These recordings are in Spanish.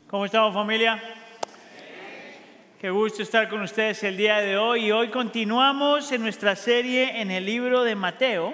¿Cómo estamos, familia? Qué gusto estar con ustedes el día de hoy. Y hoy continuamos en nuestra serie en el libro de Mateo.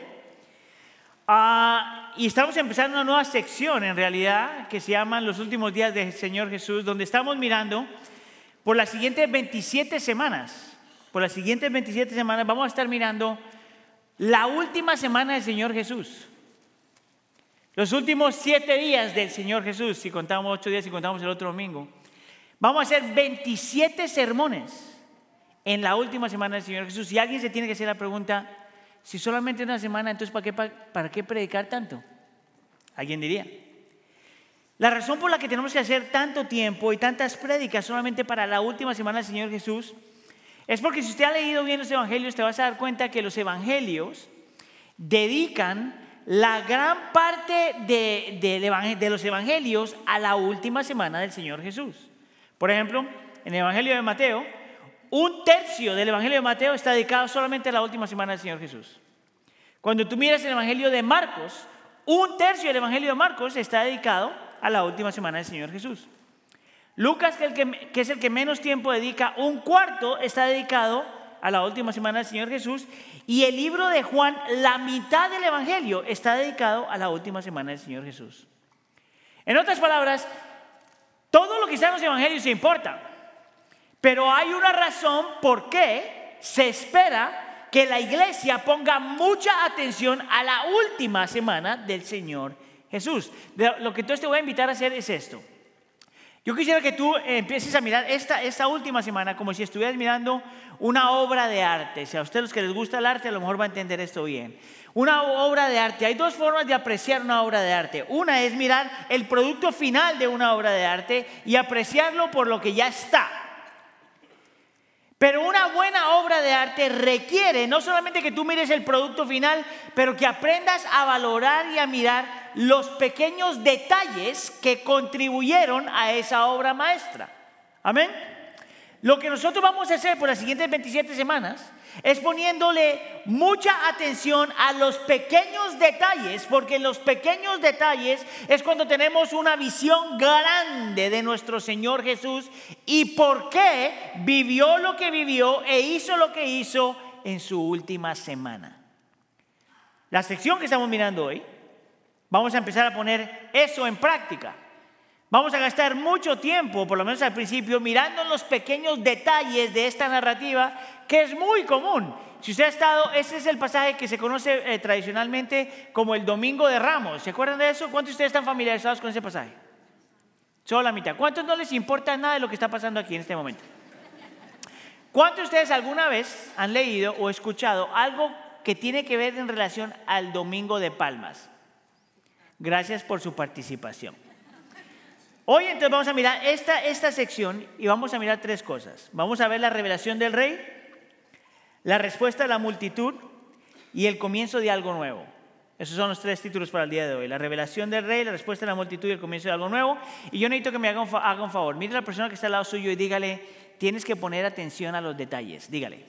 Y estamos empezando una nueva sección, en realidad, que se llama Los últimos días del Señor Jesús, donde estamos mirando por las siguientes 27 semanas. Por las siguientes 27 semanas vamos a estar mirando la última semana del Señor Jesús. Los últimos 7 días del Señor Jesús, si contamos 8 días, si contamos el otro domingo. Vamos a hacer 27 sermones en la última semana del Señor Jesús. Y alguien se tiene que hacer la pregunta, si solamente una semana, entonces ¿para qué predicar tanto? Alguien diría. La razón por la que tenemos que hacer tanto tiempo y tantas prédicas solamente para la última semana del Señor Jesús es porque si usted ha leído bien los evangelios, te vas a dar cuenta que los evangelios dedican la gran parte de los evangelios a la última semana del Señor Jesús. Por ejemplo, en el evangelio de Mateo, 1/3 del evangelio de Mateo está dedicado solamente a la última semana del Señor Jesús. Cuando tú miras el evangelio de Marcos, 1/3 del evangelio de Marcos está dedicado a la última semana del Señor Jesús. Lucas, que es el que menos tiempo dedica, 1/4 está dedicado a la última semana del Señor Jesús. Y el libro de Juan, la mitad del evangelio está dedicado a la última semana del Señor Jesús. En otras palabras, todo lo que está en los evangelios se importa, pero hay una razón por qué se espera que la iglesia ponga mucha atención a la última semana del Señor Jesús. Lo que entonces te voy a invitar a hacer es esto. Yo quisiera que tú empieces a mirar esta última semana como si estuvieras mirando una obra de arte. Si a ustedes los que les gusta el arte, a lo mejor va a entender esto bien. Una obra de arte. Hay 2 formas de apreciar una obra de arte. Una es mirar el producto final de una obra de arte y apreciarlo por lo que ya está. Pero una buena obra de arte requiere no solamente que tú mires el producto final, pero que aprendas a valorar y a mirar los pequeños detalles que contribuyeron a esa obra maestra. Amén. Lo que nosotros vamos a hacer por las siguientes 27 semanas es poniéndole mucha atención a los pequeños detalles, porque en los pequeños detalles es cuando tenemos una visión grande de nuestro Señor Jesús y por qué vivió lo que vivió e hizo lo que hizo en su última semana. La sección que estamos mirando hoy, vamos a empezar a poner eso en práctica. Vamos a gastar mucho tiempo, por lo menos al principio, mirando los pequeños detalles de esta narrativa que es muy común. Si usted ha estado, ese es el pasaje que se conoce tradicionalmente como el Domingo de Ramos. ¿Se acuerdan de eso? ¿Cuántos de ustedes están familiarizados con ese pasaje? Solo la mitad. ¿Cuántos no les importa nada de lo que está pasando aquí en este momento? ¿Cuántos de ustedes alguna vez han leído o escuchado algo que tiene que ver en relación al Domingo de Palmas? Gracias por su participación. Hoy entonces vamos a mirar esta sección y vamos a mirar 3 cosas. Vamos a ver la revelación del rey, la respuesta de la multitud y el comienzo de algo nuevo. Esos son los 3 títulos para el día de hoy. La revelación del rey, la respuesta de la multitud y el comienzo de algo nuevo. Y yo necesito que me haga un favor. Mire a la persona que está al lado suyo y dígale, tienes que poner atención a los detalles. Dígale.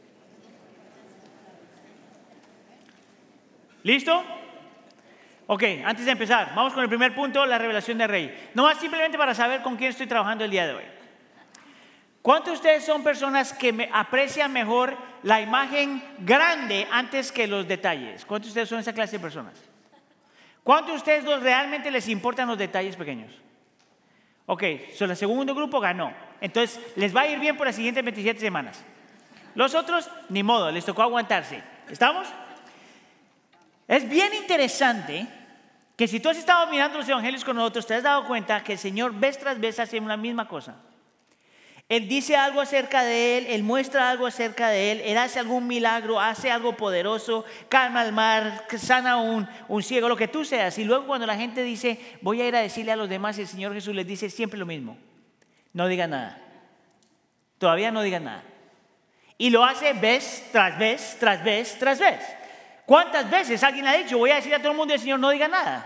¿Listo? Ok, antes de empezar, vamos con el primer punto, la revelación del rey. No más simplemente para saber con quién estoy trabajando el día de hoy. ¿Cuántos de ustedes son personas que aprecian mejor la imagen grande antes que los detalles? ¿Cuántos de ustedes son esa clase de personas? ¿Cuántos de ustedes realmente les importan los detalles pequeños? Ok, el segundo grupo ganó. Entonces, les va a ir bien por las siguientes 27 semanas. Los otros, ni modo, les tocó aguantarse. ¿Estamos? Es bien interesante que si tú has estado mirando los evangelios con nosotros, te has dado cuenta que el Señor vez tras vez hace la misma cosa. Él dice algo acerca de Él, Él muestra algo acerca de Él, Él hace algún milagro, hace algo poderoso, calma el mar, sana un ciego, lo que tú seas. Y luego cuando la gente dice, voy a ir a decirle a los demás, el Señor Jesús les dice siempre lo mismo. No digan nada. Todavía no digan nada. Y lo hace vez tras vez, tras vez, tras vez. ¿Cuántas veces alguien ha dicho, voy a decir a todo el mundo, el Señor no diga nada?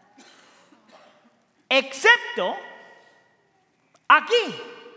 Excepto aquí.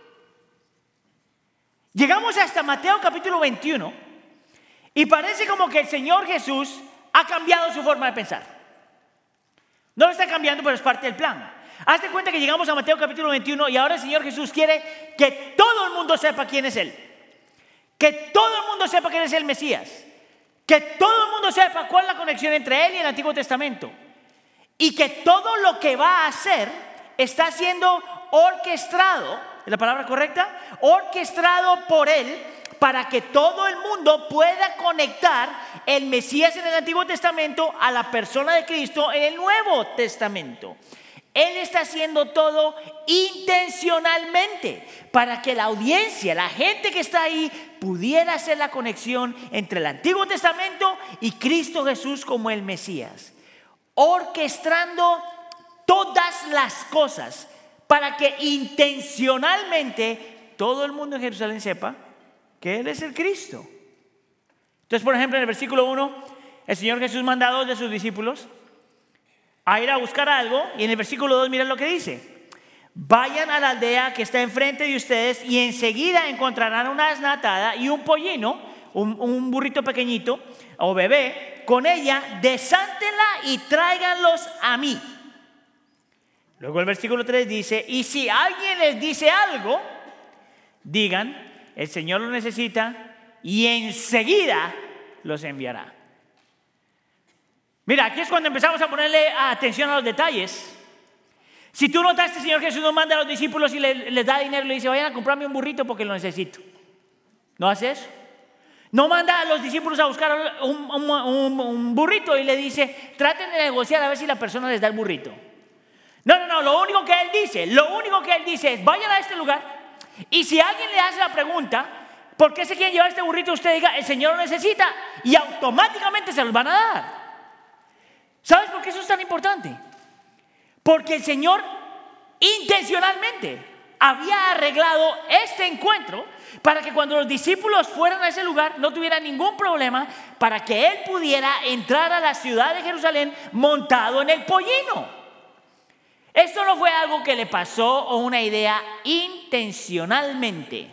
Llegamos hasta Mateo capítulo 21 y parece como que el Señor Jesús ha cambiado su forma de pensar. No lo está cambiando, pero es parte del plan. Hazte cuenta que llegamos a Mateo capítulo 21 y ahora el Señor Jesús quiere que todo el mundo sepa quién es Él. Que todo el mundo sepa quién es el Mesías. Que todo el mundo sepa cuál es la conexión entre Él y el Antiguo Testamento. Y que todo lo que va a hacer está siendo orquestado, ¿es la palabra correcta? Orquestado por Él para que todo el mundo pueda conectar el Mesías en el Antiguo Testamento a la persona de Cristo en el Nuevo Testamento. Él está haciendo todo intencionalmente para que la audiencia, la gente que está ahí, pudiera hacer la conexión entre el Antiguo Testamento y Cristo Jesús como el Mesías. Orquestando todas las cosas para que intencionalmente todo el mundo en Jerusalén sepa que Él es el Cristo. Entonces, por ejemplo, en el versículo 1, el Señor Jesús manda a 2 de sus discípulos a ir a buscar algo, y en el versículo 2 miren lo que dice: vayan a la aldea que está enfrente de ustedes y enseguida encontrarán una asna atada y un pollino, un burrito pequeñito o bebé con ella, desántenla y tráiganlos a mí. Luego el versículo 3 dice: y si alguien les dice algo, digan, el Señor lo necesita y enseguida los enviará. Mira, aquí es cuando empezamos a ponerle atención a los detalles. Si tú notaste, el Señor Jesús nos manda a los discípulos y les da dinero y le dice: vayan a comprarme un burrito porque lo necesito. ¿No hace eso? No manda a los discípulos a buscar un burrito y le dice: traten de negociar a ver si la persona les da el burrito. No, lo único que Él dice es: vayan a este lugar y si alguien le hace la pregunta, ¿por qué se quieren llevar este burrito? Usted diga: el Señor lo necesita, y automáticamente se los van a dar. ¿Sabes por qué eso es tan importante? Porque el Señor intencionalmente había arreglado este encuentro para que cuando los discípulos fueran a ese lugar no tuvieran ningún problema, para que Él pudiera entrar a la ciudad de Jerusalén montado en el pollino. Esto no fue algo que le pasó o una idea intencionalmente.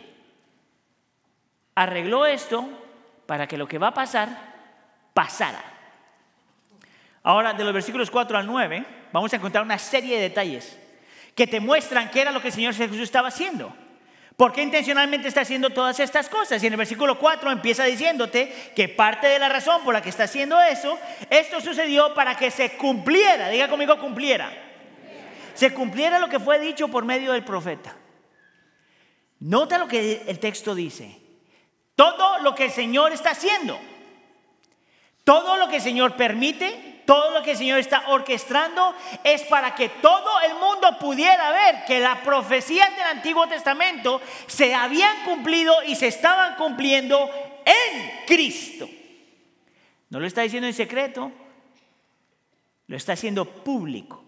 Arregló esto para que lo que va a pasar, pasara. Ahora, de los versículos 4 al 9, vamos a encontrar una serie de detalles que te muestran qué era lo que el Señor Jesús estaba haciendo. ¿Por qué intencionalmente está haciendo todas estas cosas? Y en el versículo 4 empieza diciéndote que parte de la razón por la que está haciendo eso, esto sucedió para que se cumpliera, diga conmigo, cumpliera. Se cumpliera lo que fue dicho por medio del profeta. Nota lo que el texto dice. Todo lo que el Señor está haciendo, todo lo que el Señor permite, todo lo que el Señor está orquestando, es para que todo el mundo pudiera ver que las profecías del Antiguo Testamento se habían cumplido y se estaban cumpliendo en Cristo. No lo está diciendo en secreto, lo está haciendo público.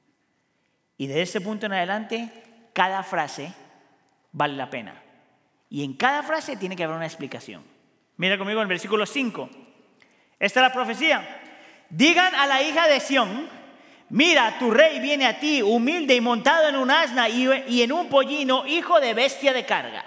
Y de ese punto en adelante, cada frase vale la pena. Y en cada frase tiene que haber una explicación. Mira conmigo en el versículo 5. Esta es la profecía. Digan a la hija de Sión: mira, tu rey viene a ti, humilde y montado en un asna y en un pollino, hijo de bestia de carga.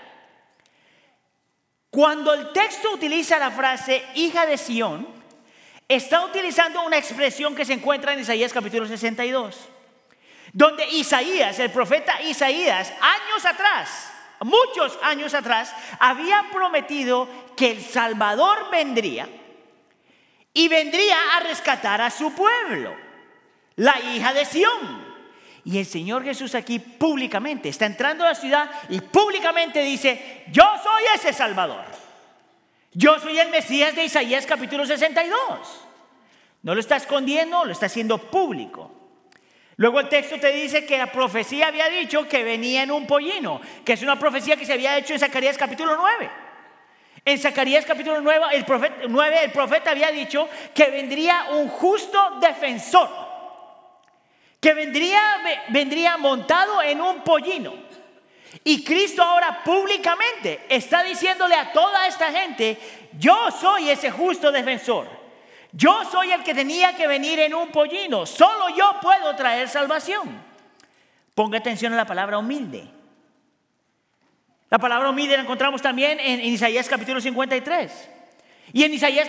Cuando el texto utiliza la frase hija de Sión, está utilizando una expresión que se encuentra en Isaías capítulo 62. Donde Isaías, el profeta Isaías, años atrás, muchos años atrás, había prometido que el Salvador vendría y vendría a rescatar a su pueblo, la hija de Sión. Y el Señor Jesús aquí públicamente está entrando a la ciudad y públicamente dice: yo soy ese Salvador. Yo soy el Mesías de Isaías capítulo 62. No lo está escondiendo, lo está haciendo público. Luego el texto te dice que la profecía había dicho que venía en un pollino, que es una profecía que se había hecho en Zacarías capítulo 9. En Zacarías capítulo 9 el profeta había dicho que vendría un justo defensor, que vendría montado en un pollino. Y Cristo ahora públicamente está diciéndole a toda esta gente: yo soy ese justo defensor. Yo soy el que tenía que venir en un pollino. Solo yo puedo traer salvación. Ponga atención a la palabra humilde. La palabra humilde la encontramos también en Isaías capítulo 53. Y en Isaías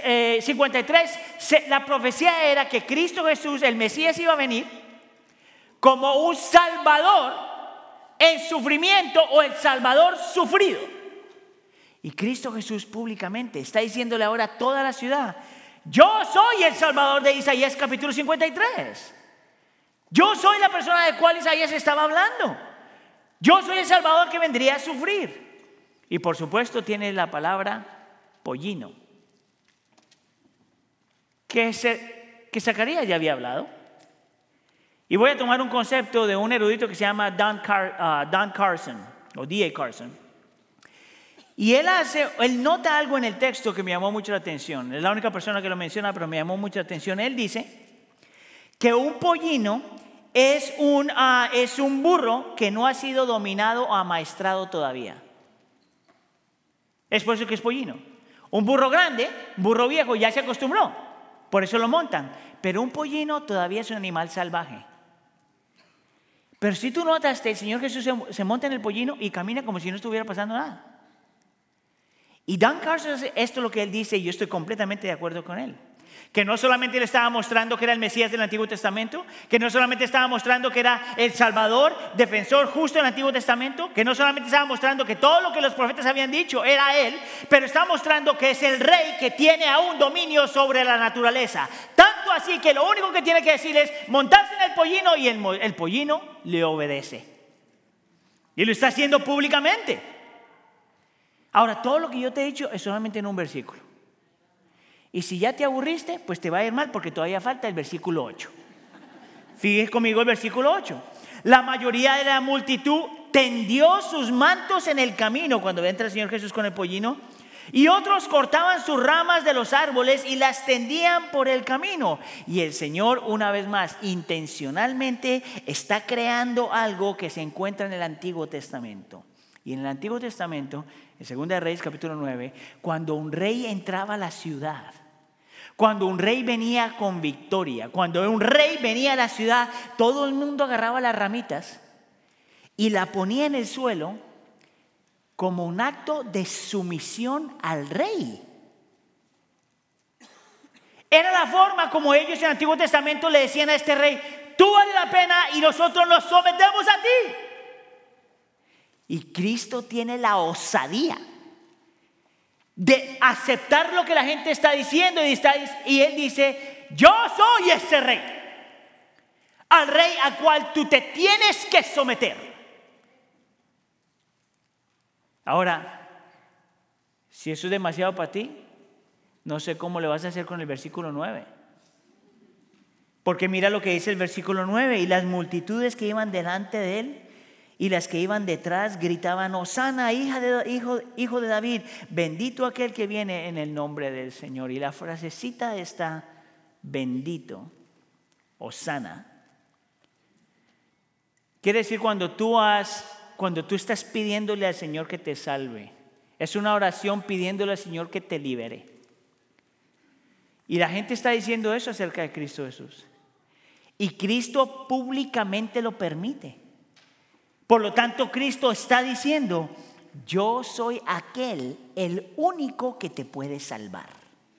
53 la profecía era que Cristo Jesús, el Mesías, iba a venir como un salvador en sufrimiento o el salvador sufrido. Y Cristo Jesús públicamente está diciéndole ahora a toda la ciudad: yo soy el salvador de Isaías capítulo 53. Yo soy la persona de cual Isaías estaba hablando. Yo soy el salvador que vendría a sufrir. Y por supuesto tiene la palabra pollino, que Zacarías ya había hablado. Y voy a tomar un concepto de un erudito que se llama Don Carson, o D.A. Carson. Y él nota algo en el texto que me llamó mucho la atención. Es la única persona que lo menciona, pero me llamó mucho la atención. Él dice que un pollino es un burro que no ha sido dominado o amaestrado todavía. Es por eso que es pollino. Un burro grande, un burro viejo, ya se acostumbró, por eso lo montan. Pero un pollino todavía es un animal salvaje. Pero si tú notas, el Señor Jesús se monta en el pollino y camina como si no estuviera pasando nada. Y Don Carson, esto es lo que él dice, y yo estoy completamente de acuerdo con él. Que no solamente le estaba mostrando que era el Mesías del Antiguo Testamento, que no solamente estaba mostrando que era el Salvador, defensor justo del Antiguo Testamento, que no solamente estaba mostrando que todo lo que los profetas habían dicho era él, pero estaba mostrando que es el rey que tiene aún dominio sobre la naturaleza. Tanto así que lo único que tiene que decir es montarse en el pollino y el pollino le obedece. Y lo está haciendo públicamente. Ahora, todo lo que yo te he dicho es solamente en un versículo. Y si ya te aburriste, pues te va a ir mal porque todavía falta el versículo 8. Fíjese conmigo el versículo 8. La mayoría de la multitud tendió sus mantos en el camino cuando entra el Señor Jesús con el pollino. Y otros cortaban sus ramas de los árboles y las tendían por el camino. Y el Señor, una vez más, intencionalmente está creando algo que se encuentra en el Antiguo Testamento. Y en el Antiguo Testamento, en 2 de Reyes capítulo 9, cuando un rey entraba a la ciudad, cuando un rey venía con victoria, cuando un rey venía a la ciudad, todo el mundo agarraba las ramitas y la ponía en el suelo como un acto de sumisión al rey. Era la forma como ellos en el Antiguo Testamento le decían a este rey: tú vales la pena y nosotros nos sometemos a ti. Y Cristo tiene la osadía de aceptar lo que la gente está diciendo y Él dice: yo soy ese rey, al rey al cual tú te tienes que someter. Ahora, si eso es demasiado para ti, no sé cómo le vas a hacer con el versículo 9. Porque mira lo que dice el versículo 9: y las multitudes que iban delante de Él y las que iban detrás gritaban: Hosana, hijo de David, bendito aquel que viene en el nombre del Señor. Y la frasecita está: bendito, Hosana. Quiere decir cuando tú estás pidiéndole al Señor que te salve, es una oración pidiéndole al Señor que te libere. Y la gente está diciendo eso acerca de Cristo Jesús. Y Cristo públicamente lo permite. Por lo tanto, Cristo está diciendo: yo soy el único que te puede salvar.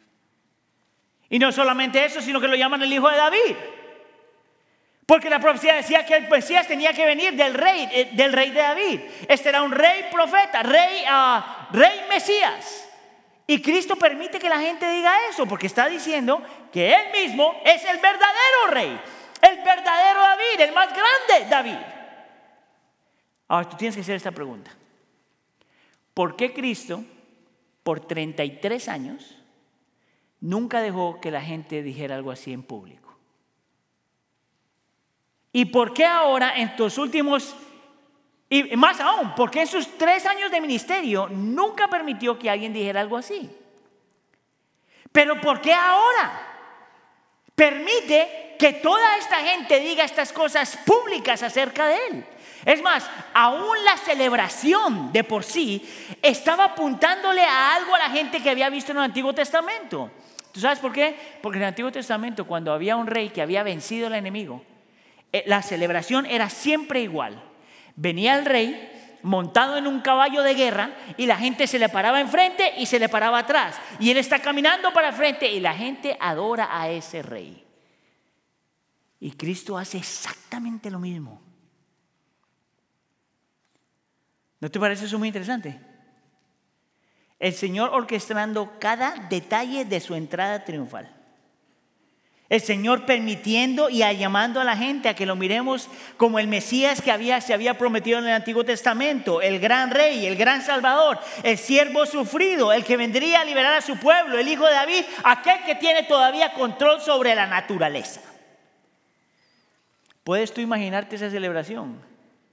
Y no solamente eso, sino que lo llaman el Hijo de David. Porque la profecía decía que el Mesías tenía que venir del rey de David. Este era un rey profeta, rey Mesías. Y Cristo permite que la gente diga eso, porque está diciendo que Él mismo es el verdadero rey, el verdadero David, el más grande David. Ahora tú tienes que hacer esta pregunta: ¿por qué Cristo por 33 años nunca dejó que la gente dijera algo así en público? ¿Y por qué ahora en tus últimos, y más aún, por qué en sus 3 años de ministerio nunca permitió que alguien dijera algo así? Pero ¿por qué ahora permite que toda esta gente diga estas cosas públicas acerca de Él? Es más, aún la celebración de por sí estaba apuntándole a algo a la gente que había visto en el Antiguo Testamento. ¿Tú sabes por qué? Porque en el Antiguo Testamento, cuando había un rey que había vencido al enemigo, la celebración era siempre igual. Venía el rey montado en un caballo de guerra y la gente se le paraba enfrente y se le paraba atrás. Y él está caminando para frente y la gente adora a ese rey. Y Cristo hace exactamente lo mismo. ¿No te parece eso muy interesante? El Señor orquestando cada detalle de su entrada triunfal. El Señor permitiendo y llamando a la gente a que lo miremos como el Mesías que se había prometido en el Antiguo Testamento, el gran rey, el gran salvador, el siervo sufrido, el que vendría a liberar a su pueblo, el hijo de David, aquel que tiene todavía control sobre la naturaleza. ¿Puedes tú imaginarte esa celebración?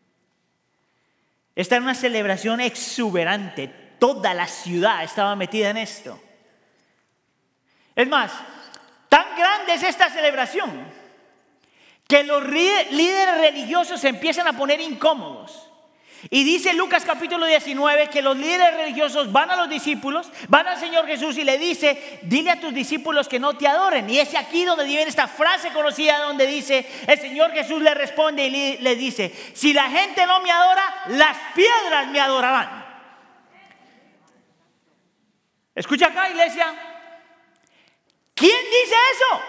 Esta era una celebración exuberante. Toda la ciudad estaba metida en esto. Es más, tan grande es esta celebración que los líderes religiosos se empiezan a poner incómodos. Y dice Lucas capítulo 19 que los líderes religiosos van a los discípulos, van al Señor Jesús y le dice: dile a tus discípulos que no te adoren. Y es aquí donde viene esta frase conocida donde dice, el Señor Jesús le responde y le dice: si la gente no me adora, las piedras me adorarán. Escucha acá, iglesia. ¿Quién dice eso?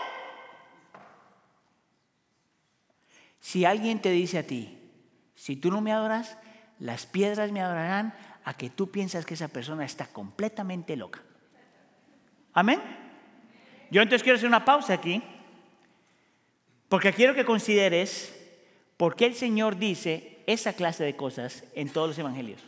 Si alguien te dice a ti: si tú no me adoras, las piedras me adorarán, a que tú piensas que esa persona está completamente loca. ¿Amén? Yo entonces quiero hacer una pausa aquí, porque quiero que consideres por qué el Señor dice esa clase de cosas en todos los evangelios.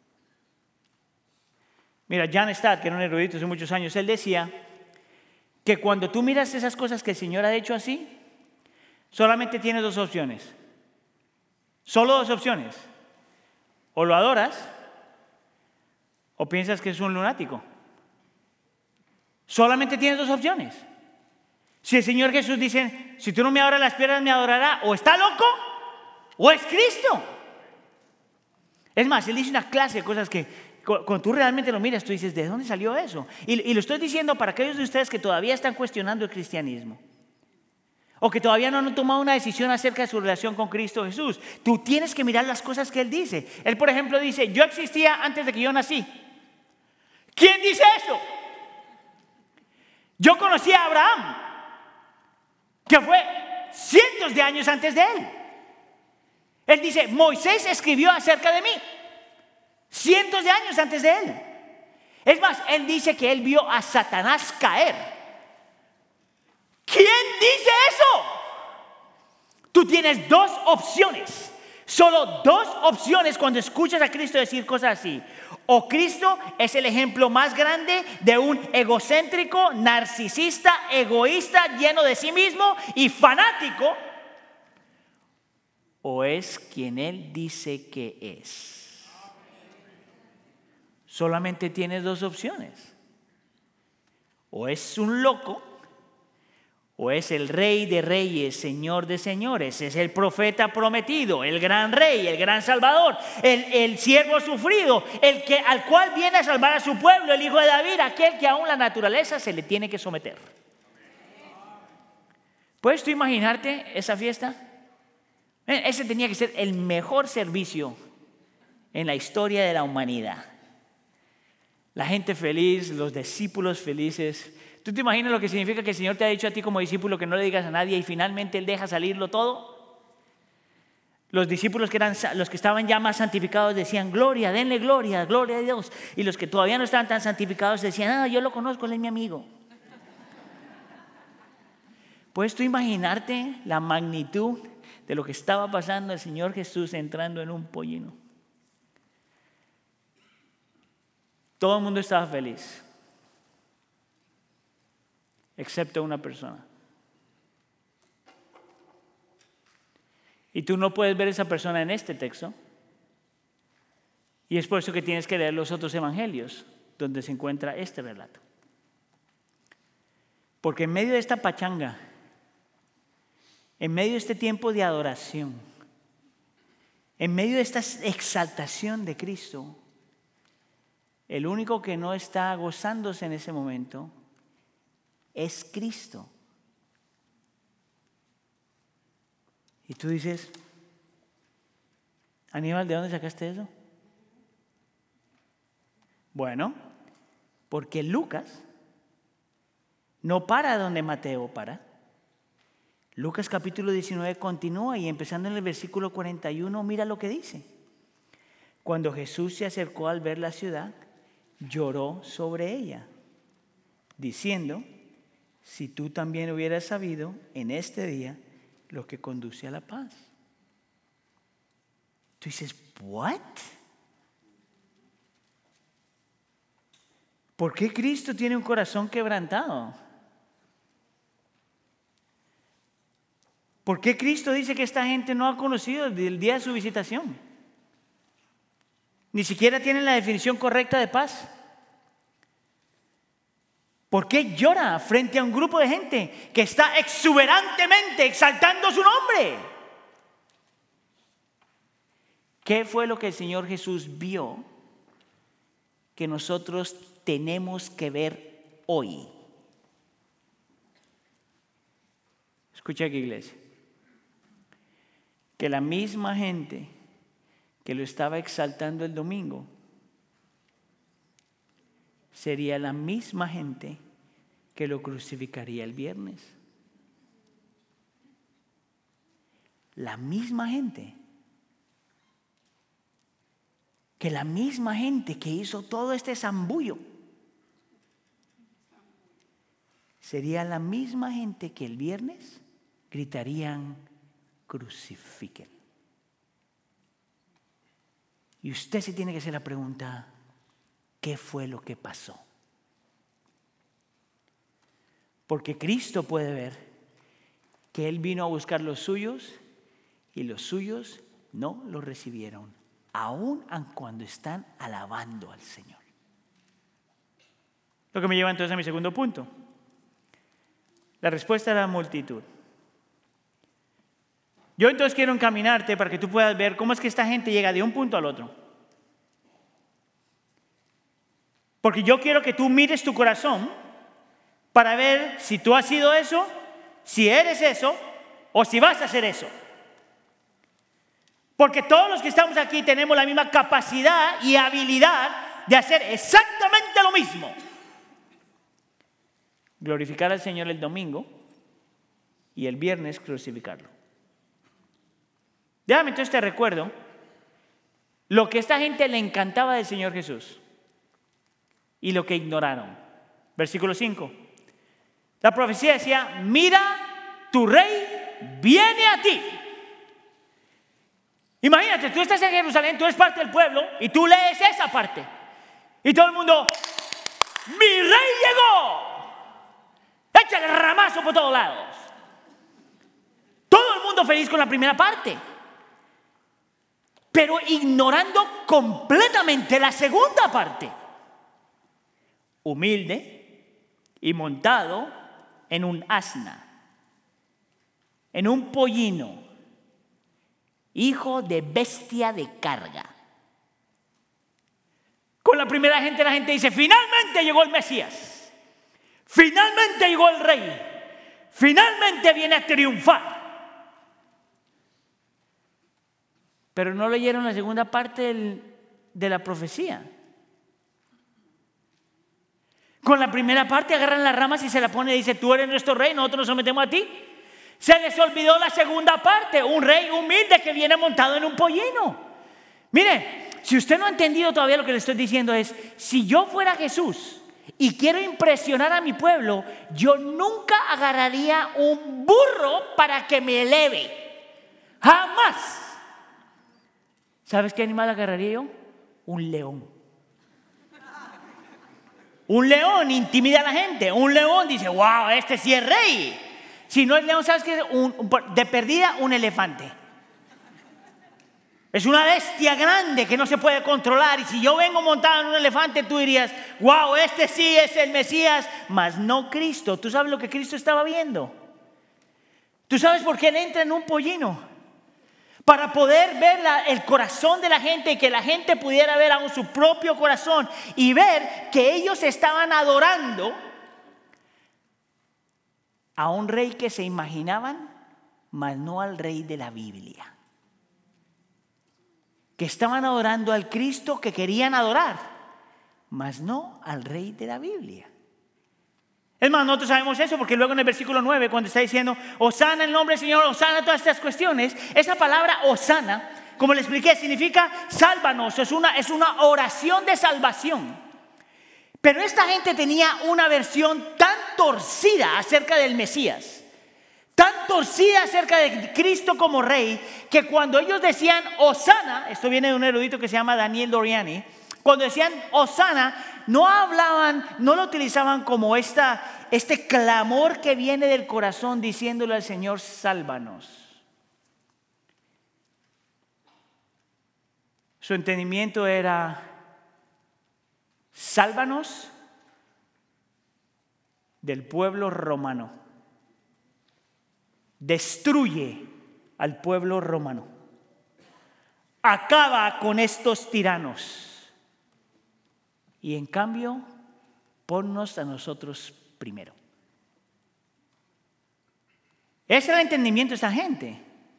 Mira, John Stott, que era un erudito hace muchos años, él decía que cuando tú miras esas cosas que el Señor ha hecho así, solamente tienes dos opciones. Solo dos opciones. O lo adoras o piensas que es un lunático. Solamente tienes dos opciones. Si el Señor Jesús dice: si tú no me adoras, las piedras me adorará, o está loco o es Cristo. Es más, él dice una clase de cosas que cuando tú realmente lo miras, tú dices: ¿de dónde salió eso? Y lo estoy diciendo para aquellos de ustedes que todavía están cuestionando el cristianismo, o que todavía no han tomado una decisión acerca de su relación con Cristo Jesús. Tú tienes que mirar las cosas que Él dice. Él, por ejemplo, dice: yo existía antes de que yo nací. ¿Quién dice eso? Yo conocí a Abraham, que fue cientos de años antes de él. Él dice: Moisés escribió acerca de mí cientos de años antes de él. Es más, él dice que él vio a Satanás caer. ¿Quién dice eso? Tú tienes dos opciones, solo dos opciones cuando escuchas a Cristo decir cosas así. O Cristo es el ejemplo más grande de un egocéntrico, narcisista, egoísta, lleno de sí mismo y fanático, o es quien Él dice que es. Solamente tienes dos opciones. O es un loco, o es el Rey de reyes, Señor de señores. Es el profeta prometido, el gran rey, el gran salvador, el siervo sufrido, al cual viene a salvar a su pueblo, el hijo de David, aquel que aún la naturaleza se le tiene que someter. ¿Puedes tú imaginarte esa fiesta? Ese tenía que ser el mejor servicio en la historia de la humanidad. La gente feliz, los discípulos felices. ¿Tú te imaginas lo que significa que el Señor te ha dicho a ti como discípulo que no le digas a nadie y finalmente Él deja salirlo todo? Los discípulos que eran los que estaban ya más santificados decían: gloria, denle gloria, gloria a Dios. Y los que todavía no estaban tan santificados decían: yo lo conozco, Él es mi amigo. ¿Puedes tú imaginarte la magnitud de lo que estaba pasando el Señor Jesús entrando en un pollino? Todo el mundo estaba feliz, excepto una persona. Y tú no puedes ver a esa persona en este texto. Y es por eso que tienes que leer los otros evangelios, donde se encuentra este relato. Porque en medio de esta pachanga, en medio de este tiempo de adoración, en medio de esta exaltación de Cristo, el único que no está gozándose en ese momento es Cristo. Y tú dices: Aníbal, ¿de dónde sacaste eso? Bueno, porque Lucas no para donde Mateo para. Lucas capítulo 19 continúa y empezando en el versículo 41, mira lo que dice. Cuando Jesús se acercó al ver la ciudad, lloró sobre ella, diciendo: si tú también hubieras sabido en este día lo que conduce a la paz. Tú dices, ¿what? ¿Por qué Cristo tiene un corazón quebrantado? ¿Por qué Cristo dice que esta gente no ha conocido el día de su visitación? Ni siquiera tienen la definición correcta de paz. ¿Por qué llora frente a un grupo de gente que está exuberantemente exaltando su nombre? ¿Qué fue lo que el Señor Jesús vio que nosotros tenemos que ver hoy? Escucha aquí, iglesia. Que la misma gente que lo estaba exaltando el domingo sería la misma gente que lo crucificaría el viernes. La misma gente. Que la misma gente que hizo todo este zambullo sería la misma gente que el viernes gritarían: crucifiquen. Y usted se tiene que hacer la pregunta: ¿qué fue lo que pasó? Porque Cristo puede ver que Él vino a buscar los suyos y los suyos no lo recibieron, aun cuando están alabando al Señor. Lo que me lleva entonces a mi segundo punto. La respuesta de la multitud. Yo entonces quiero encaminarte para que tú puedas ver cómo es que esta gente llega de un punto al otro. Porque yo quiero que tú mires tu corazón para ver si tú has sido eso, si eres eso o si vas a hacer eso. Porque todos los que estamos aquí tenemos la misma capacidad y habilidad de hacer exactamente lo mismo. Glorificar al Señor el domingo y el viernes crucificarlo. Déjame entonces te recuerdo lo que a esta gente le encantaba del Señor Jesús y lo que ignoraron. Versículo 5. La profecía decía: mira, tu rey viene a ti. Imagínate, tú estás en Jerusalén, tú eres parte del pueblo y tú lees esa parte. Y todo el mundo: ¡mi rey llegó! Échale ramazo por todos lados. Todo el mundo feliz con la primera parte, pero ignorando completamente la segunda parte. Humilde y montado en un asna, en un pollino, hijo de bestia de carga. Con la primera gente, la gente dice: finalmente llegó el Mesías, finalmente llegó el rey, finalmente viene a triunfar. Pero no leyeron la segunda parte de la profecía. Con la primera parte agarran las ramas y se la ponen y dice: tú eres nuestro rey, nosotros nos sometemos a ti. Se les olvidó la segunda parte: un rey humilde que viene montado en un pollino. Mire, si usted no ha entendido todavía lo que le estoy diciendo es: si yo fuera Jesús y quiero impresionar a mi pueblo, yo nunca agarraría un burro para que me eleve. Jamás. ¿Sabes qué animal agarraría yo? Un león. Un león intimida a la gente. Un león dice: wow, este sí es rey. Si no es león, ¿sabes qué? De perdida, un elefante. Es una bestia grande que no se puede controlar. Y si yo vengo montado en un elefante, tú dirías: wow, este sí es el Mesías. Mas no Cristo. ¿Tú sabes lo que Cristo estaba viendo? ¿Tú sabes por qué él entra en un pollino? Para poder ver el corazón de la gente y que la gente pudiera ver aún su propio corazón y ver que ellos estaban adorando a un rey que se imaginaban, mas no al rey de la Biblia. Que estaban adorando al Cristo que querían adorar, mas no al rey de la Biblia. Es más, nosotros sabemos eso porque luego en el versículo 9, cuando está diciendo Hosana en el nombre del Señor, Hosana, todas estas cuestiones, esa palabra Hosana, como le expliqué, significa sálvanos, es una oración de salvación. Pero esta gente tenía una versión tan torcida acerca del Mesías, tan torcida acerca de Cristo como rey, que cuando ellos decían Hosana, esto viene de un erudito que se llama Daniel Doriani, cuando decían Hosana, no lo utilizaban como este clamor que viene del corazón diciéndole al Señor, sálvanos. Su entendimiento era, sálvanos del pueblo romano. Destruye al pueblo romano. Acaba con estos tiranos. Y en cambio, ponnos a nosotros primero. Ese era el entendimiento de esta gente.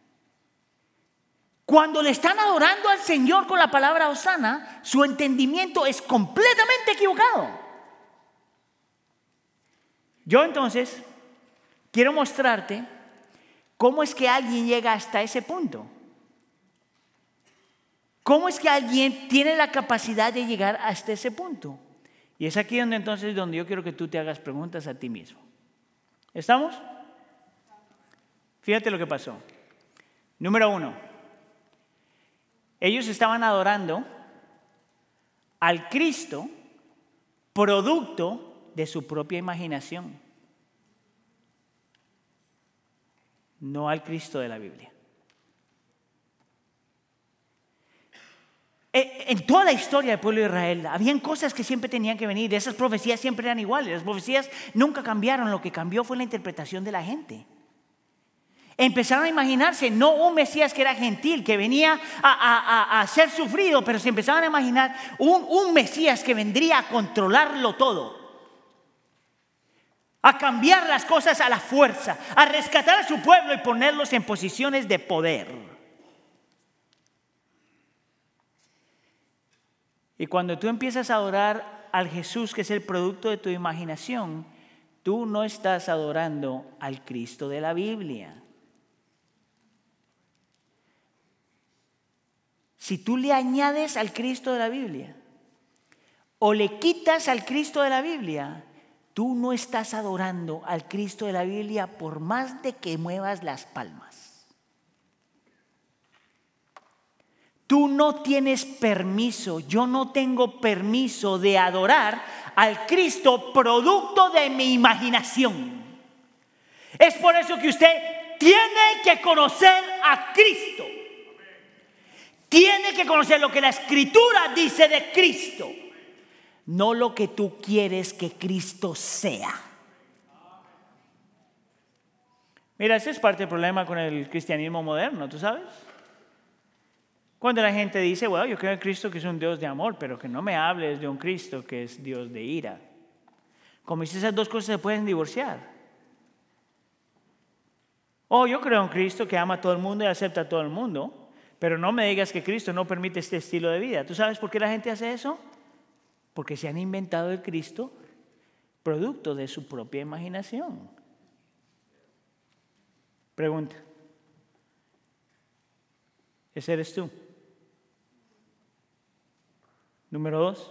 Cuando le están adorando al Señor con la palabra Hosana, su entendimiento es completamente equivocado. Yo entonces quiero mostrarte cómo es que alguien llega hasta ese punto. ¿Cómo es que alguien tiene la capacidad de llegar hasta ese punto? Y es aquí donde yo quiero que tú te hagas preguntas a ti mismo. ¿Estamos? Fíjate lo que pasó. Número 1. Ellos estaban adorando al Cristo producto de su propia imaginación, no al Cristo de la Biblia. En toda la historia del pueblo de Israel habían cosas que siempre tenían que venir. Esas profecías siempre eran iguales. Las profecías nunca cambiaron. Lo que cambió fue la interpretación de la gente. Empezaron a imaginarse no un Mesías que era gentil, que venía a ser sufrido, pero se empezaban a imaginar un Mesías que vendría a controlarlo todo, a cambiar las cosas a la fuerza, a rescatar a su pueblo y ponerlos en posiciones de poder. Y cuando tú empiezas a adorar al Jesús que es el producto de tu imaginación, tú no estás adorando al Cristo de la Biblia. Si tú le añades al Cristo de la Biblia o le quitas al Cristo de la Biblia, tú no estás adorando al Cristo de la Biblia por más de que muevas las palmas. Tú no tienes permiso, yo no tengo permiso de adorar al Cristo producto de mi imaginación. Es por eso que usted tiene que conocer a Cristo. Tiene que conocer lo que la Escritura dice de Cristo, no lo que tú quieres que Cristo sea. Mira, ese es parte del problema con el cristianismo moderno, ¿tú sabes? Cuando la gente dice, bueno, yo creo en Cristo que es un Dios de amor, pero que no me hables de un Cristo que es Dios de ira. Como si esas dos cosas se pueden divorciar. Yo creo en Cristo que ama a todo el mundo y acepta a todo el mundo. Pero no me digas que Cristo no permite este estilo de vida. ¿Tú sabes por qué la gente hace eso? Porque se han inventado el Cristo producto de su propia imaginación. Pregunta. ¿Ese eres tú? Número 2.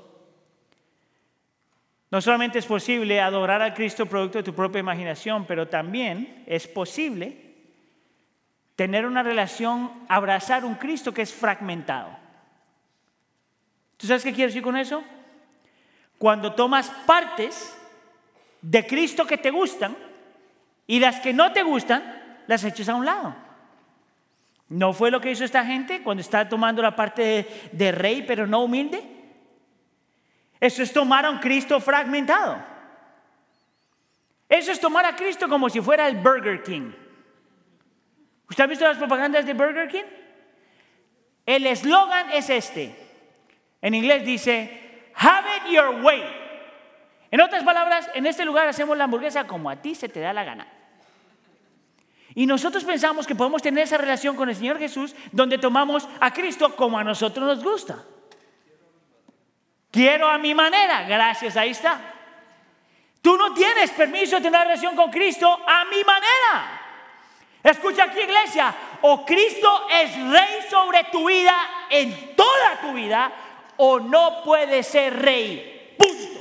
No solamente es posible adorar al Cristo producto de tu propia imaginación, pero también es posible tener una relación, abrazar un Cristo que es fragmentado. ¿Tú sabes qué quiero decir con eso? Cuando tomas partes de Cristo que te gustan y las que no te gustan, las echas a un lado. ¿No fue lo que hizo esta gente cuando estaba tomando la parte de rey pero no humilde? Eso es tomar a un Cristo fragmentado. Eso es tomar a Cristo como si fuera el Burger King. ¿Usted ha visto las propagandas de Burger King? El eslogan es este. En inglés dice, have it your way. En otras palabras, en este lugar hacemos la hamburguesa como a ti se te da la gana. Y nosotros pensamos que podemos tener esa relación con el Señor Jesús donde tomamos a Cristo como a nosotros nos gusta. Quiero a mi manera, gracias, ahí está. Tú no tienes permiso de tener una relación con Cristo a mi manera. Escucha aquí, iglesia. O Cristo es rey sobre tu vida en toda tu vida, o no puede ser rey. Punto.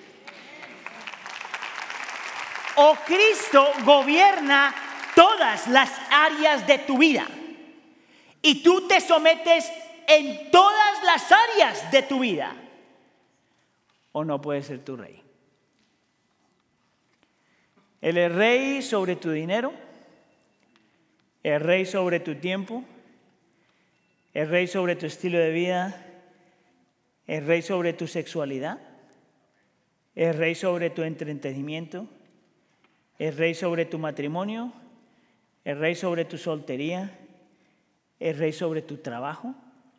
O Cristo gobierna todas las áreas de tu vida y tú te sometes en todas las áreas de tu vida, o no puede ser tu rey. Él es rey sobre tu dinero, es rey sobre tu tiempo, es rey sobre tu estilo de vida, es rey sobre tu sexualidad, es rey sobre tu entretenimiento, es rey sobre tu matrimonio, es rey sobre tu soltería, es rey sobre tu trabajo,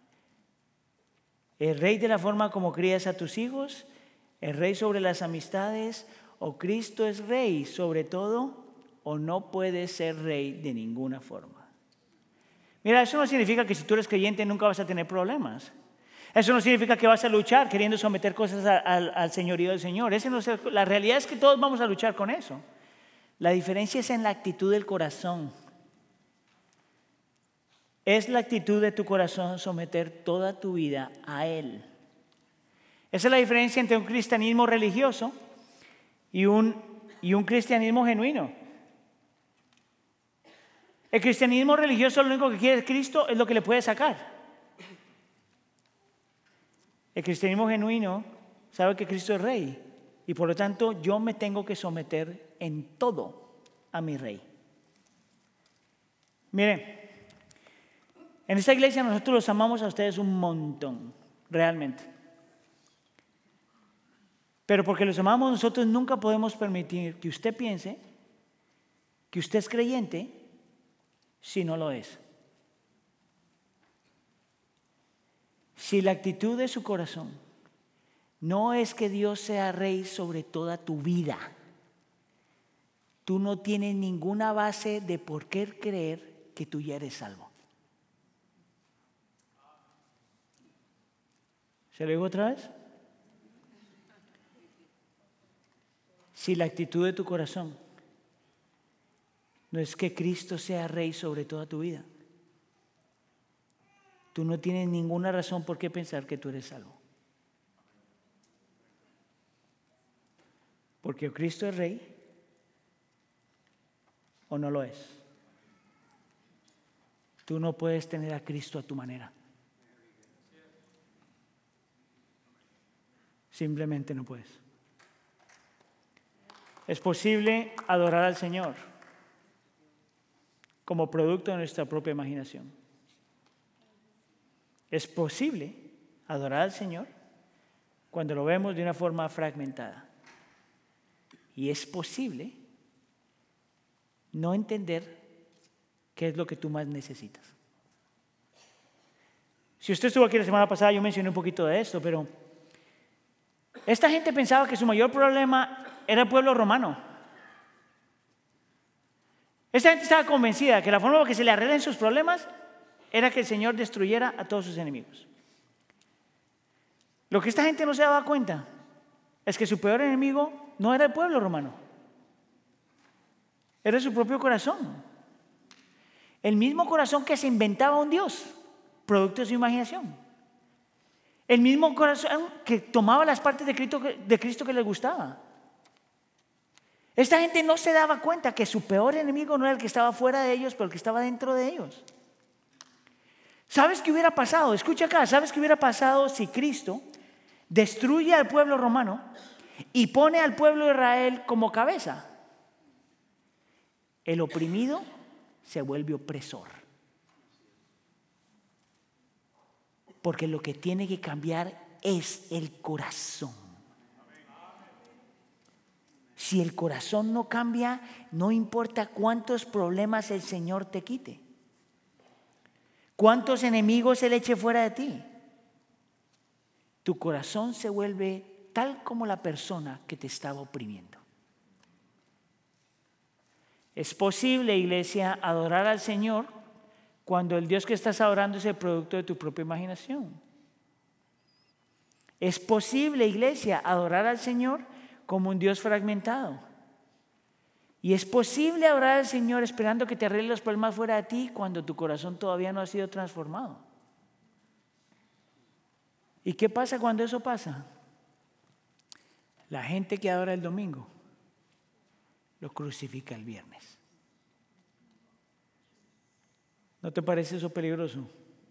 es rey de la forma como crías a tus hijos, es rey sobre las amistades. O Cristo es rey sobre todo, o no puede ser rey de ninguna forma. Mira, eso no significa que si tú eres creyente nunca vas a tener problemas. Eso no significa que vas a luchar queriendo someter cosas al señorío del Señor. La realidad es que todos vamos a luchar con eso. La diferencia es en la actitud del corazón. Es la actitud de tu corazón someter toda tu vida a Él. Esa es la diferencia entre un cristianismo religioso y un cristianismo genuino. El cristianismo religioso, lo único que quiere Cristo es lo que le puede sacar. El cristianismo genuino sabe que Cristo es rey y por lo tanto yo me tengo que someter en todo a mi rey. Miren, en esta iglesia nosotros los amamos a ustedes un montón, realmente. Pero porque los amamos, nosotros nunca podemos permitir que usted piense que usted es creyente si no lo es. Si la actitud de su corazón no es que Dios sea rey sobre toda tu vida, tú no tienes ninguna base de por qué creer que tú ya eres salvo. ¿Se lo digo otra vez? Si la actitud de tu corazón no es que Cristo sea rey sobre toda tu vida, tú no tienes ninguna razón por qué pensar que tú eres salvo. Porque o Cristo es rey o no lo es. Tú no puedes tener a Cristo a tu manera. Simplemente no puedes. Es posible adorar al Señor como producto de nuestra propia imaginación. Es posible adorar al Señor cuando lo vemos de una forma fragmentada. Y es posible no entender qué es lo que tú más necesitas. Si usted estuvo aquí la semana pasada, yo mencioné un poquito de esto, pero esta gente pensaba que su mayor problema era el pueblo romano. Esta gente estaba convencida que la forma en que se le arreglen sus problemas era que el Señor destruyera a todos sus enemigos. Lo que esta gente no se daba cuenta es que su peor enemigo no era el pueblo romano, era su propio corazón. El mismo corazón que se inventaba un Dios, producto de su imaginación. El mismo corazón que tomaba las partes de Cristo que les gustaba. Esta gente no se daba cuenta que su peor enemigo no era el que estaba fuera de ellos, pero el que estaba dentro de ellos. ¿Sabes qué hubiera pasado? Escucha acá, ¿sabes qué hubiera pasado si Cristo destruye al pueblo romano y pone al pueblo de Israel como cabeza? El oprimido se vuelve opresor. Porque lo que tiene que cambiar es el corazón. Si el corazón no cambia, no importa cuántos problemas el Señor te quite, cuántos enemigos Él eche fuera de ti, tu corazón se vuelve tal como la persona que te estaba oprimiendo. Es posible, iglesia, adorar al Señor cuando el Dios que estás adorando es el producto de tu propia imaginación. Es posible, iglesia, adorar al Señor como un Dios fragmentado. Y es posible orar al Señor esperando que te arregle los problemas fuera de ti cuando tu corazón todavía no ha sido transformado. ¿Y qué pasa cuando eso pasa? La gente que adora el domingo lo crucifica el viernes. ¿No te parece eso peligroso?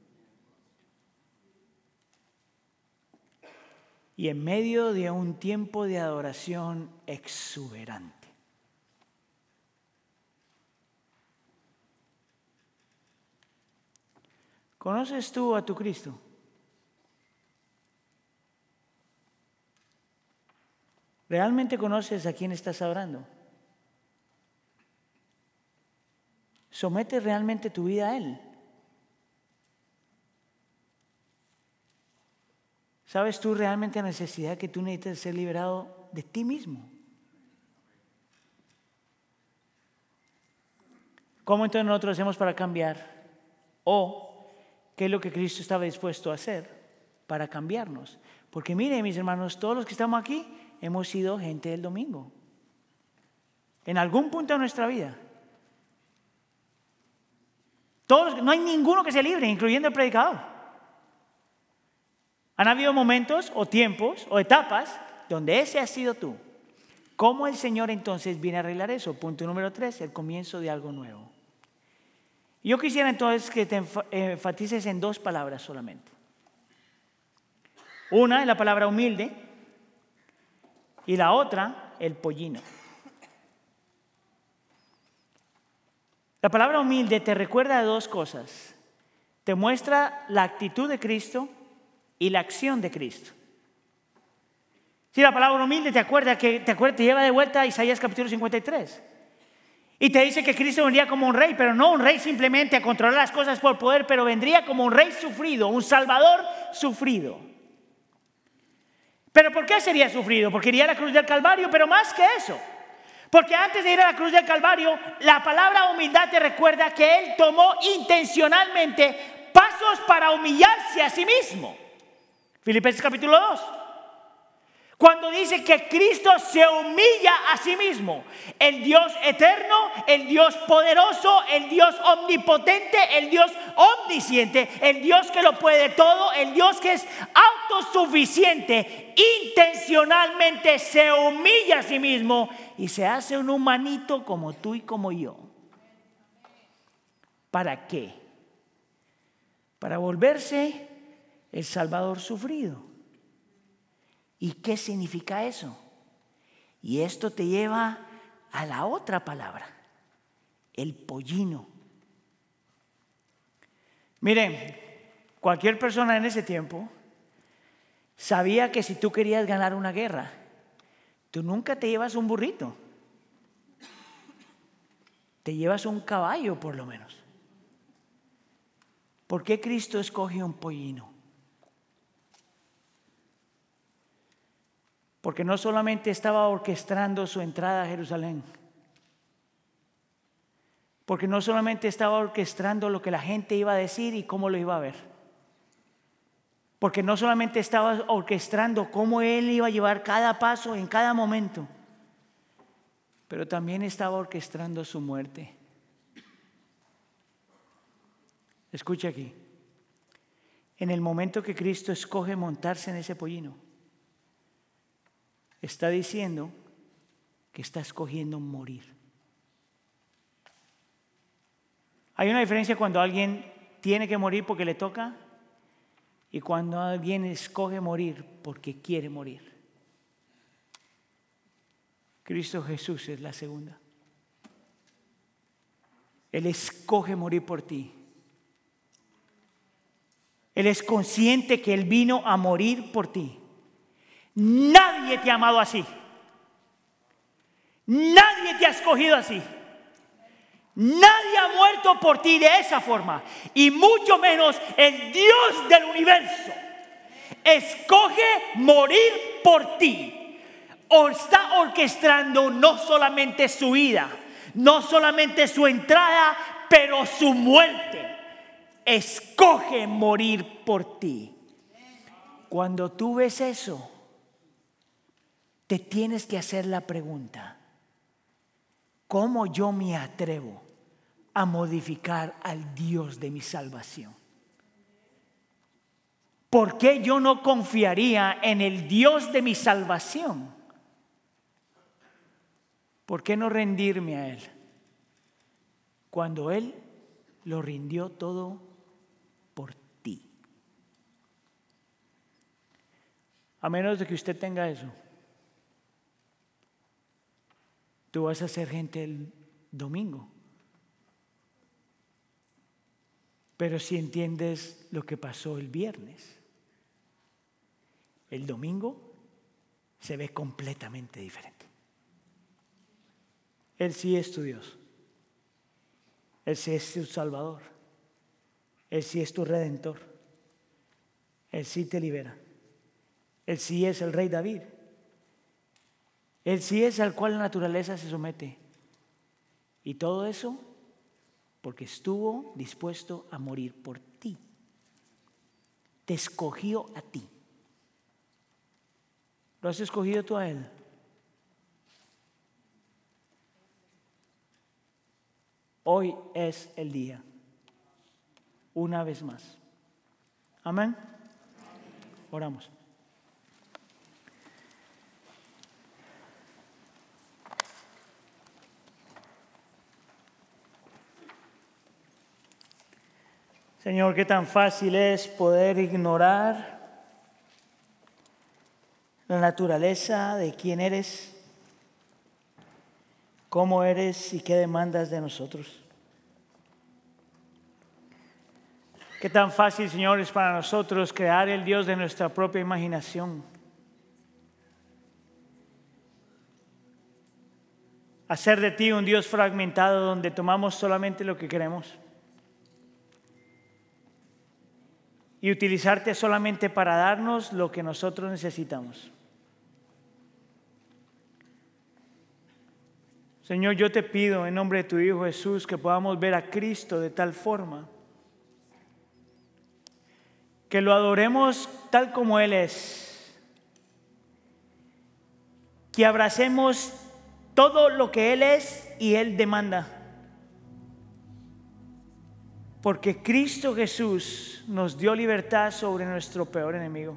Y en medio de un tiempo de adoración exuberante. ¿Conoces tú a tu Cristo? ¿Realmente conoces a quién estás adorando? ¿Sometes realmente tu vida a Él? ¿Sabes tú realmente la necesidad que tú necesitas ser liberado de ti mismo? ¿Cómo entonces nosotros hacemos para cambiar? ¿O qué es lo que Cristo estaba dispuesto a hacer para cambiarnos? Porque miren, mis hermanos, todos los que estamos aquí hemos sido gente del domingo. En algún punto de nuestra vida. No hay ninguno que se libre, incluyendo el predicador. Han habido momentos o tiempos o etapas donde ese has sido tú. ¿Cómo el Señor entonces viene a arreglar eso? Punto número 3, el comienzo de algo nuevo. Yo quisiera entonces que te enfatices en 2 palabras solamente. Una es la palabra humilde y la otra el pollino. La palabra humilde te recuerda de 2 cosas. Te muestra la actitud de Cristo y la acción de Cristo. Si la palabra humilde te lleva de vuelta a Isaías capítulo 53. Y te dice que Cristo vendría como un rey, pero no un rey simplemente a controlar las cosas por poder, pero vendría como un rey sufrido, un salvador sufrido. ¿Pero por qué sería sufrido? Porque iría a la cruz del Calvario, pero más que eso. Porque antes de ir a la cruz del Calvario, la palabra humildad te recuerda que Él tomó intencionalmente pasos para humillarse a sí mismo. Filipenses capítulo 2. Cuando dice que Cristo se humilla a sí mismo, el Dios eterno, el Dios poderoso, el Dios omnipotente, el Dios omnisciente, el Dios que lo puede todo, el Dios que es autosuficiente, intencionalmente se humilla a sí mismo y se hace un humanito como tú y como yo. ¿Para qué? Para volverse el Salvador sufrido. ¿Y qué significa eso? Y esto te lleva a la otra palabra, el pollino. Miren, cualquier persona en ese tiempo sabía que si tú querías ganar una guerra, tú nunca te llevas un burrito, te llevas un caballo por lo menos. ¿Por qué Cristo escoge un pollino? Porque no solamente estaba orquestando su entrada a Jerusalén, porque no solamente estaba orquestando lo que la gente iba a decir y cómo lo iba a ver, porque no solamente estaba orquestando cómo Él iba a llevar cada paso en cada momento, pero también estaba orquestando su muerte. Escucha aquí, en el momento que Cristo escoge montarse en ese pollino, está diciendo que está escogiendo morir. Hay una diferencia cuando alguien tiene que morir porque le toca y cuando alguien escoge morir porque quiere morir. Cristo Jesús es la segunda. Él escoge morir por ti. Él es consciente que Él vino a morir por ti. Nadie te ha amado así. Nadie te ha escogido así. Nadie ha muerto por ti de esa forma. Y mucho menos el Dios del universo escoge morir por ti. O está orquestando no solamente su vida, no solamente su entrada, pero su muerte. Escoge morir por ti. Cuando tú ves eso, te tienes que hacer la pregunta: ¿cómo yo me atrevo a modificar al Dios de mi salvación? ¿Por qué yo no confiaría en el Dios de mi salvación? ¿Por qué no rendirme a Él cuando Él lo rindió todo por ti? A menos de que usted tenga eso, tú vas a ser gente el domingo. Pero si entiendes lo que pasó el viernes, el domingo se ve completamente diferente. Él sí es tu Dios. Él sí es tu Salvador. Él sí es tu Redentor. Él sí te libera. Él sí es el Rey David. Él sí es al cual la naturaleza se somete. Y todo eso porque estuvo dispuesto a morir por ti. Te escogió a ti. ¿Lo has escogido tú a Él? Hoy es el día. Una vez más. Amén. Oramos. Señor, qué tan fácil es poder ignorar la naturaleza de quién eres, cómo eres y qué demandas de nosotros. Qué tan fácil, Señor, es para nosotros crear el Dios de nuestra propia imaginación. Hacer de ti un Dios fragmentado donde tomamos solamente lo que queremos. Y utilizarte solamente para darnos lo que nosotros necesitamos. Señor, yo te pido en nombre de tu Hijo Jesús que podamos ver a Cristo de tal forma que lo adoremos tal como Él es, que abracemos todo lo que Él es y Él demanda. Porque Cristo Jesús nos dio libertad sobre nuestro peor enemigo,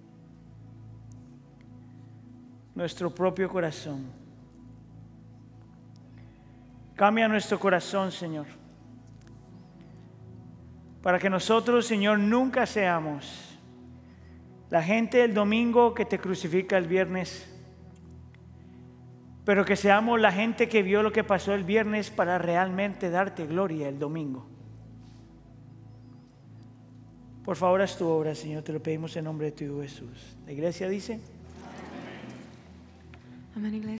nuestro propio corazón. Cambia nuestro corazón, Señor, para que nosotros, Señor, nunca seamos la gente del domingo que te crucifica el viernes, pero que seamos la gente que vio lo que pasó el viernes para realmente darte gloria el domingo. Por favor, haz tu obra, Señor, te lo pedimos en nombre de tu Hijo Jesús. La iglesia dice: Amén, iglesia.